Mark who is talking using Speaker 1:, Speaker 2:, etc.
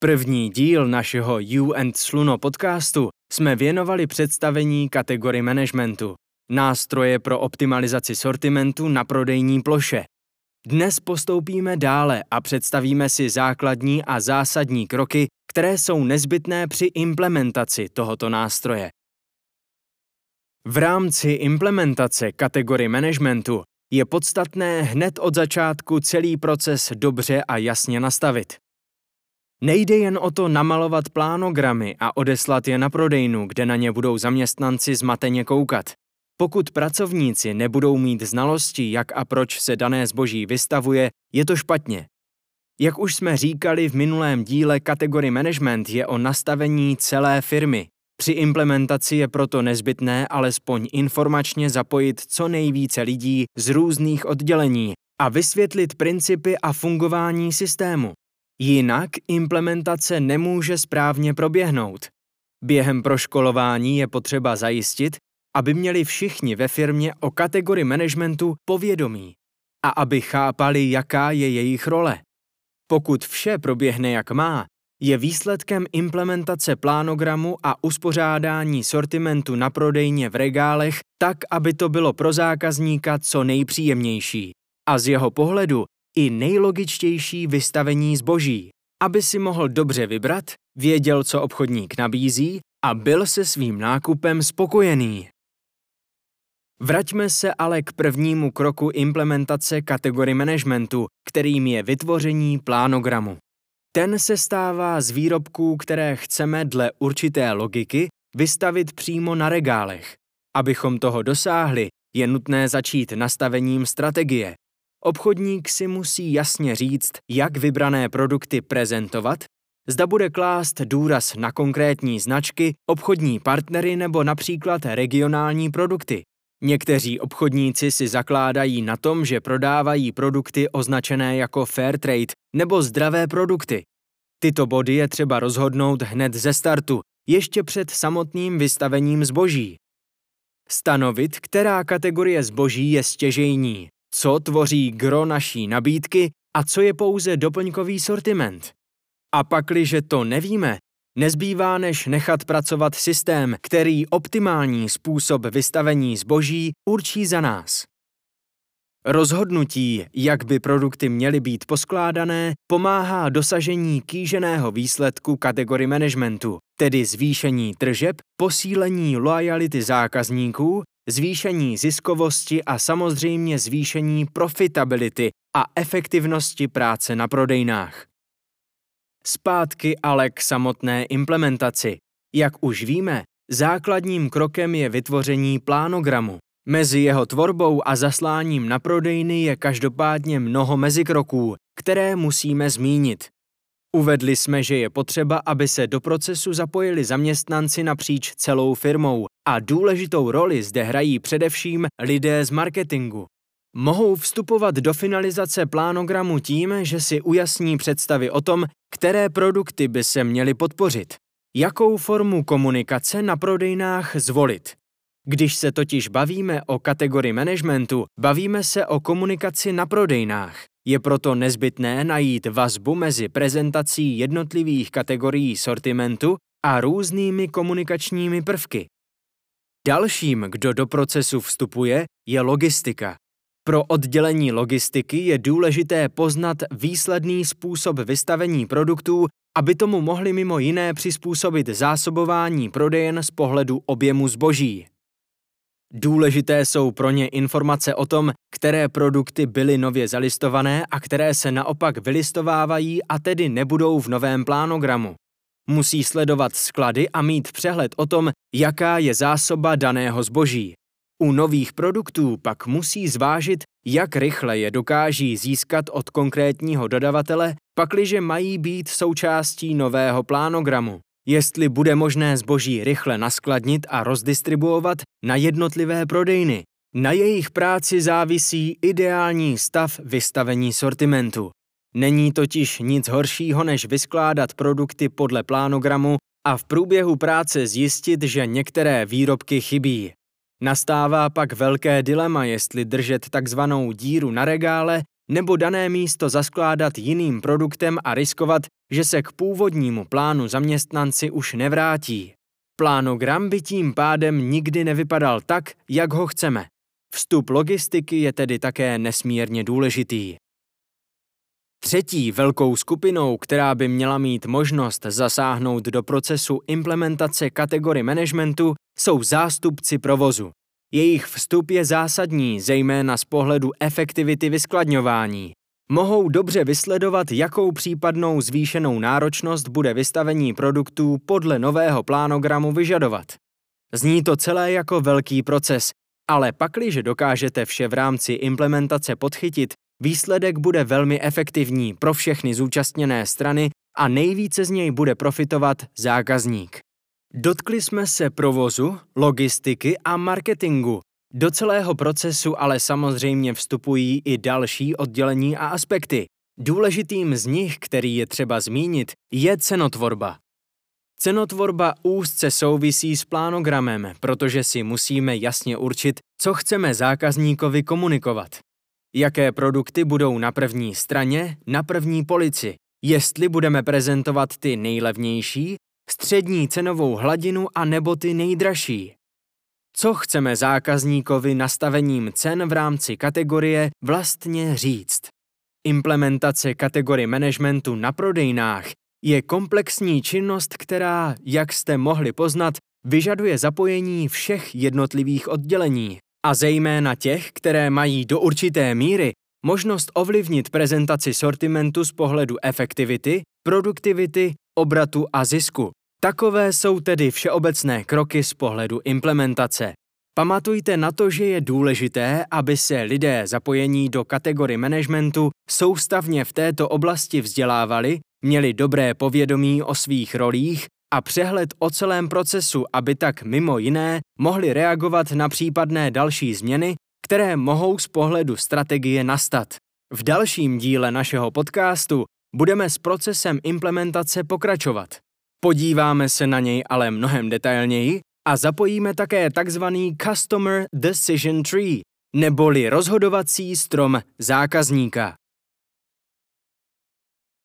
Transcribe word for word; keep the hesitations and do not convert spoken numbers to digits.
Speaker 1: První díl našeho You and Sluno podcastu jsme věnovali představení kategorii managementu, nástroje pro optimalizaci sortimentu na prodejní ploše. Dnes postoupíme dále a představíme si základní a zásadní kroky, které jsou nezbytné při implementaci tohoto nástroje. V rámci implementace kategorie managementu je podstatné hned od začátku celý proces dobře a jasně nastavit. Nejde jen o to namalovat plánogramy a odeslat je na prodejnu, kde na ně budou zaměstnanci zmateně koukat. Pokud pracovníci nebudou mít znalosti, jak a proč se dané zboží vystavuje, je to špatně. Jak už jsme říkali v minulém díle, kategorie management je o nastavení celé firmy. Při implementaci je proto nezbytné alespoň informačně zapojit co nejvíce lidí z různých oddělení a vysvětlit principy a fungování systému. Jinak implementace nemůže správně proběhnout. Během proškolování je potřeba zajistit, aby měli všichni ve firmě o kategorii managementu povědomí a aby chápali, jaká je jejich role. Pokud vše proběhne jak má, je výsledkem implementace plánogramu a uspořádání sortimentu na prodejně v regálech tak, aby to bylo pro zákazníka co nejpříjemnější a z jeho pohledu i nejlogičtější vystavení zboží, aby si mohl dobře vybrat, věděl, co obchodník nabízí a byl se svým nákupem spokojený. Vraťme se ale k prvnímu kroku implementace kategorie managementu, kterým je vytvoření plánogramu. Ten se stává z výrobků, které chceme dle určité logiky vystavit přímo na regálech. Abychom toho dosáhli, je nutné začít nastavením strategie. Obchodník si musí jasně říct, jak vybrané produkty prezentovat, zda bude klást důraz na konkrétní značky, obchodní partnery nebo například regionální produkty. Někteří obchodníci si zakládají na tom, že prodávají produkty označené jako fair trade nebo zdravé produkty. Tyto body je třeba rozhodnout hned ze startu, ještě před samotným vystavením zboží. Stanovit, která kategorie zboží je stěžejní, co tvoří gro naší nabídky a co je pouze doplňkový sortiment. A pakliže to nevíme, nezbývá než nechat pracovat systém, který optimální způsob vystavení zboží určí za nás. Rozhodnutí, jak by produkty měly být poskládané, pomáhá dosažení kýženého výsledku kategorie managementu, tedy zvýšení tržeb, posílení loajality zákazníků, zvýšení ziskovosti a samozřejmě zvýšení profitability a efektivnosti práce na prodejnách. Zpátky ale k samotné implementaci. Jak už víme, základním krokem je vytvoření plánogramu. Mezi jeho tvorbou a zasláním na prodejny je každopádně mnoho mezikroků, které musíme zmínit. Uvedli jsme, že je potřeba, aby se do procesu zapojili zaměstnanci napříč celou firmou a důležitou roli zde hrají především lidé z marketingu. Mohou vstupovat do finalizace plánogramu tím, že si ujasní představy o tom, které produkty by se měly podpořit, jakou formu komunikace na prodejnách zvolit. Když se totiž bavíme o kategorii managementu, bavíme se o komunikaci na prodejnách. Je proto nezbytné najít vazbu mezi prezentací jednotlivých kategorií sortimentu a různými komunikačními prvky. Dalším, kdo do procesu vstupuje, je logistika. Pro oddělení logistiky je důležité poznat výsledný způsob vystavení produktů, aby tomu mohli mimo jiné přizpůsobit zásobování prodejen z pohledu objemu zboží. Důležité jsou pro ně informace o tom, které produkty byly nově zalistované a které se naopak vylistovávají a tedy nebudou v novém plánogramu. Musí sledovat sklady a mít přehled o tom, jaká je zásoba daného zboží. U nových produktů pak musí zvážit, jak rychle je dokáží získat od konkrétního dodavatele, pakliže mají být součástí nového plánogramu. Jestli bude možné zboží rychle naskladnit a rozdistribuovat na jednotlivé prodejny. Na jejich práci závisí ideální stav vystavení sortimentu. Není totiž nic horšího, než vyskládat produkty podle plánogramu a v průběhu práce zjistit, že některé výrobky chybí. Nastává pak velké dilema, jestli držet takzvanou díru na regále nebo dané místo zaskládat jiným produktem a riskovat, že se k původnímu plánu zaměstnanci už nevrátí. Plánogram by tím pádem nikdy nevypadal tak, jak ho chceme. Vstup logistiky je tedy také nesmírně důležitý. Třetí velkou skupinou, která by měla mít možnost zasáhnout do procesu implementace kategorie managementu, jsou zástupci provozu. Jejich vstup je zásadní, zejména z pohledu efektivity vyskladňování. Mohou dobře vysledovat, jakou případnou zvýšenou náročnost bude vystavení produktů podle nového plánogramu vyžadovat. Zní to celé jako velký proces, ale pakliže dokážete vše v rámci implementace podchytit, výsledek bude velmi efektivní pro všechny zúčastněné strany a nejvíce z něj bude profitovat zákazník. Dotkli jsme se provozu, logistiky a marketingu. Do celého procesu ale samozřejmě vstupují i další oddělení a aspekty. Důležitým z nich, který je třeba zmínit, je cenotvorba. Cenotvorba úzce souvisí s plánogramem, protože si musíme jasně určit, co chceme zákazníkovi komunikovat. Jaké produkty budou na první straně, na první polici, jestli budeme prezentovat ty nejlevnější, střední cenovou hladinu a nebo ty nejdražší. Co chceme zákazníkovi nastavením cen v rámci kategorie vlastně říct? Implementace kategorie managementu na prodejnách je komplexní činnost, která, jak jste mohli poznat, vyžaduje zapojení všech jednotlivých oddělení a zejména těch, které mají do určité míry možnost ovlivnit prezentaci sortimentu z pohledu efektivity, produktivity, obratu a zisku. Takové jsou tedy všeobecné kroky z pohledu implementace. Pamatujte na to, že je důležité, aby se lidé zapojení do kategorie managementu soustavně v této oblasti vzdělávali, měli dobré povědomí o svých rolích a přehled o celém procesu, aby tak mimo jiné mohli reagovat na případné další změny, které mohou z pohledu strategie nastat. V dalším díle našeho podcastu budeme s procesem implementace pokračovat. Podíváme se na něj ale mnohem detailněji a zapojíme také takzvaný Customer Decision Tree, neboli rozhodovací strom zákazníka.